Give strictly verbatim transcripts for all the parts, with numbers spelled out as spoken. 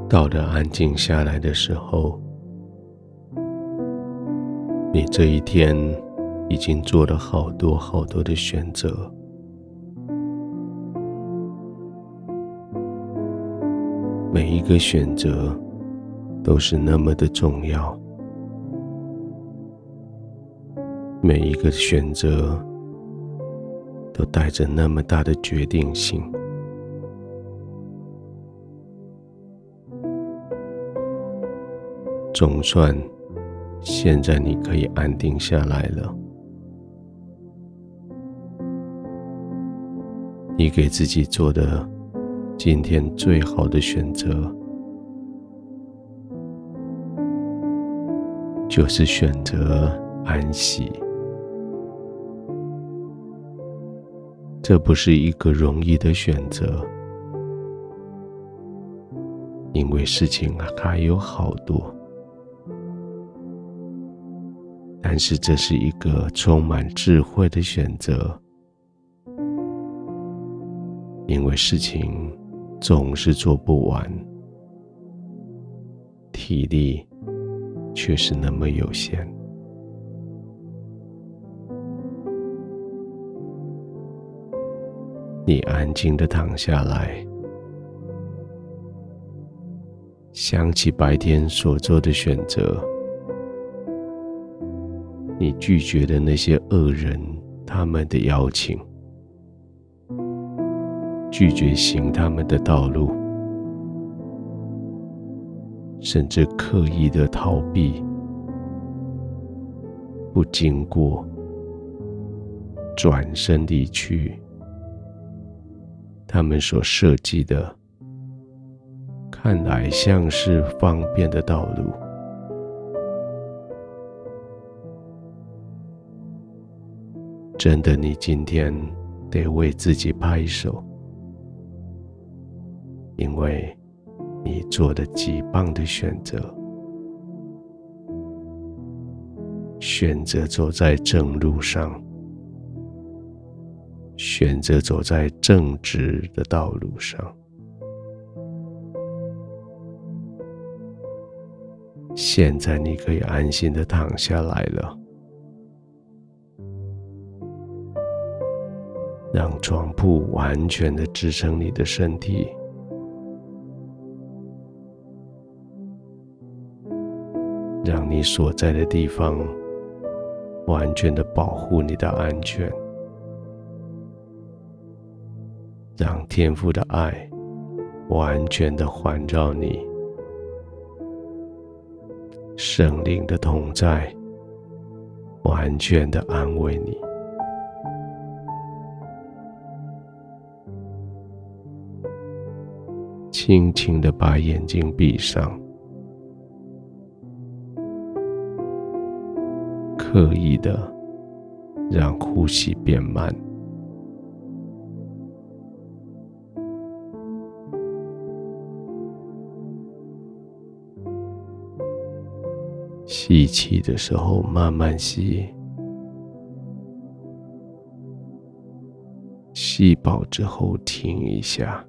到了安静下来的时候，你这一天已经做了好多好多的选择，每一个选择都是那么的重要，每一个选择都带着那么大的决定性。总算现在你可以安定下来了，你给自己做的今天最好的选择，就是选择安息。这不是一个容易的选择，因为事情还有好多，但是这是一个充满智慧的选择，因为事情总是做不完，体力却是那么有限。你安静地躺下来，想起白天所做的选择，你拒绝了那些恶人他们的邀请，拒绝行他们的道路，甚至刻意的逃避，不经过，转身离去他们所设计的看来像是方便的道路。真的，你今天得为自己拍手，因为你做了极棒的选择，选择走在正路上，选择走在正直的道路上。现在你可以安心地躺下来了，让床铺完全地支撑你的身体，让你所在的地方完全地保护你的安全，让天父的爱完全地环绕你，圣灵的同在完全地安慰你。轻轻地把眼睛闭上，刻意地让呼吸变慢，吸气的时候慢慢吸，吸饱之后停一下，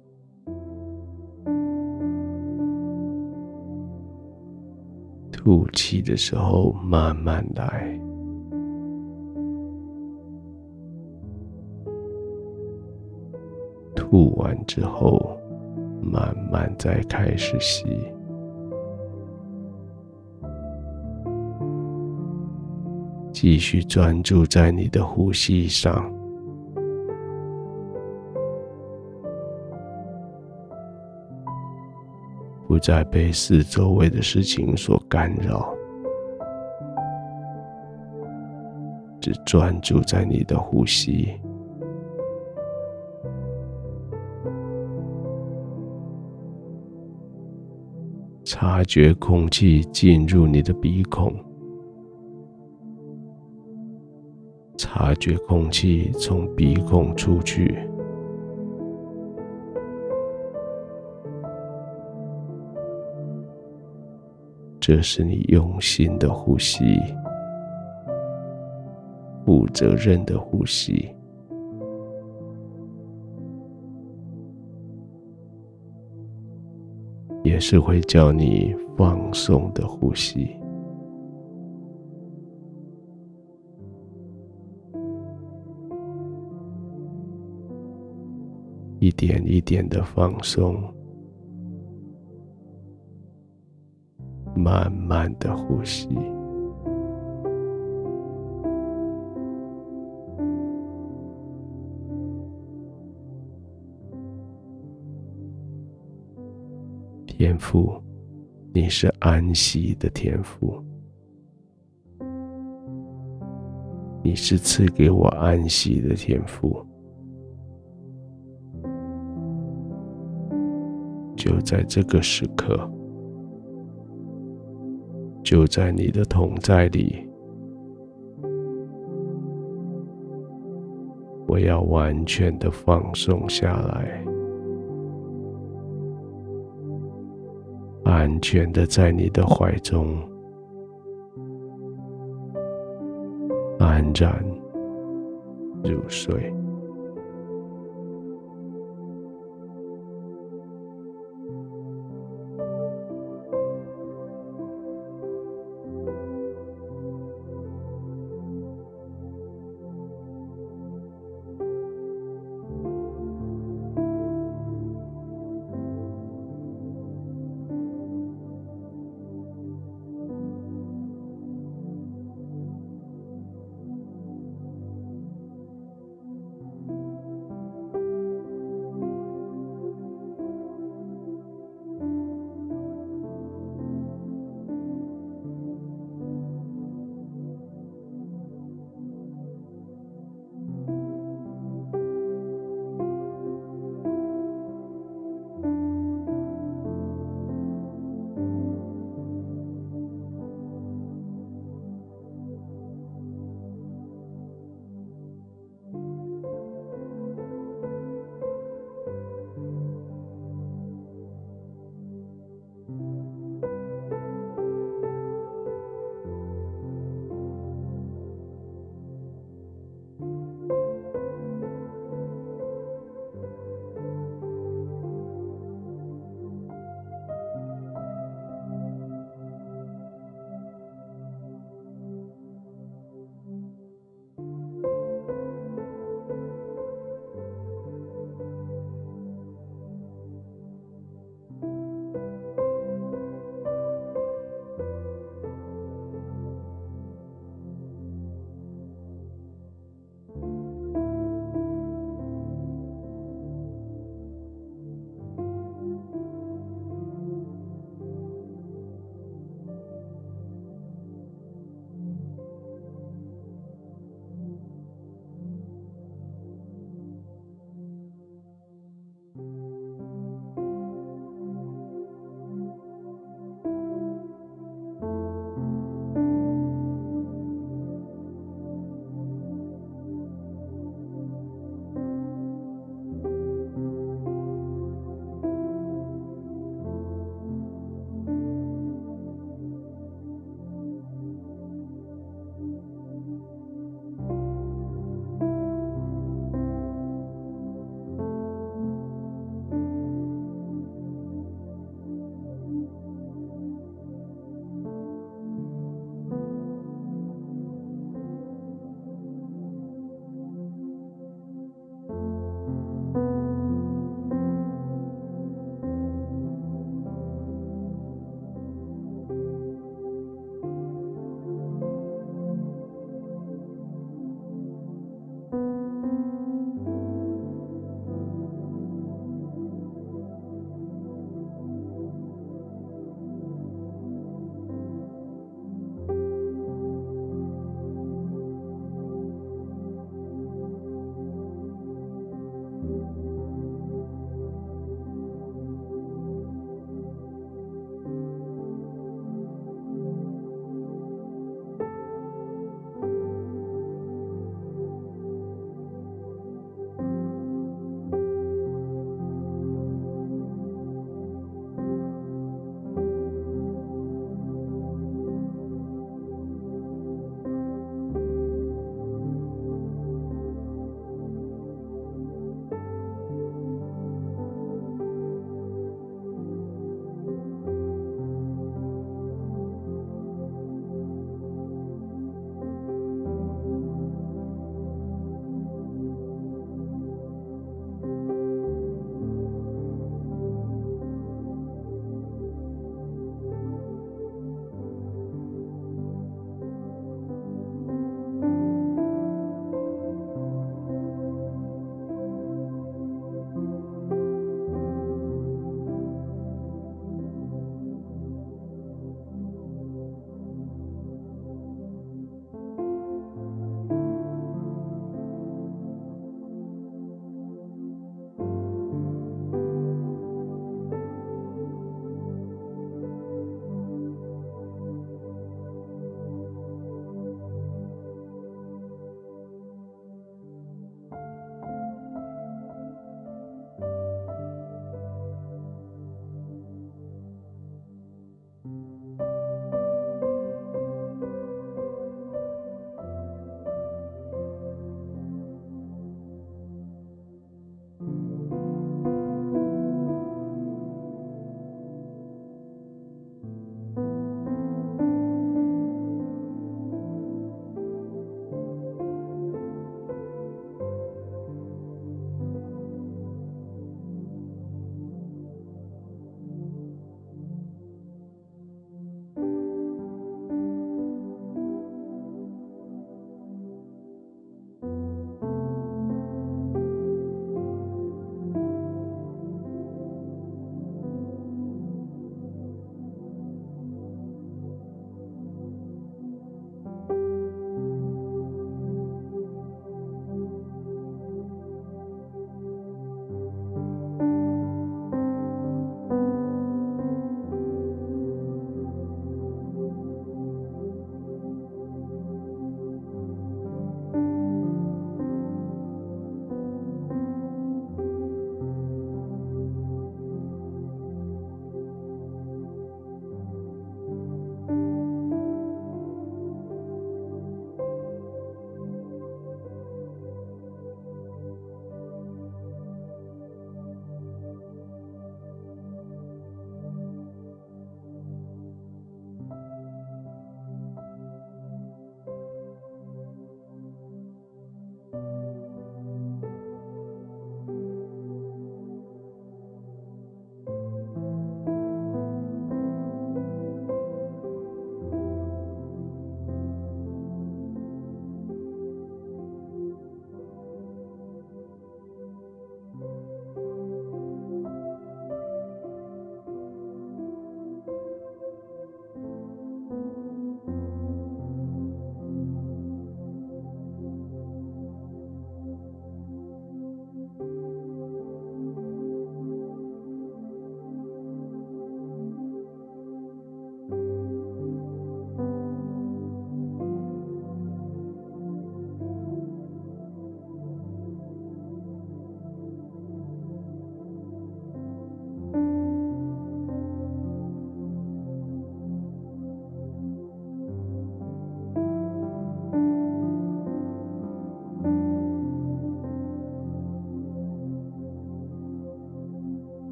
吐气的时候慢慢来，吐完之后慢慢再开始吸。继续专注在你的呼吸上，不再被四周围的事情所干扰，只专注在你的呼吸。察觉空气进入你的鼻孔，察觉空气从鼻孔出去。这是你用心的呼吸，负责任的呼吸。 也是会叫你放松的呼吸。一点一点的放松，慢慢的呼吸。天父，你是安息的天父，你是赐给我安息的天父。就在这个时刻，就在你的同在里，我要完全的放松下来，安全的在你的怀中安然入睡。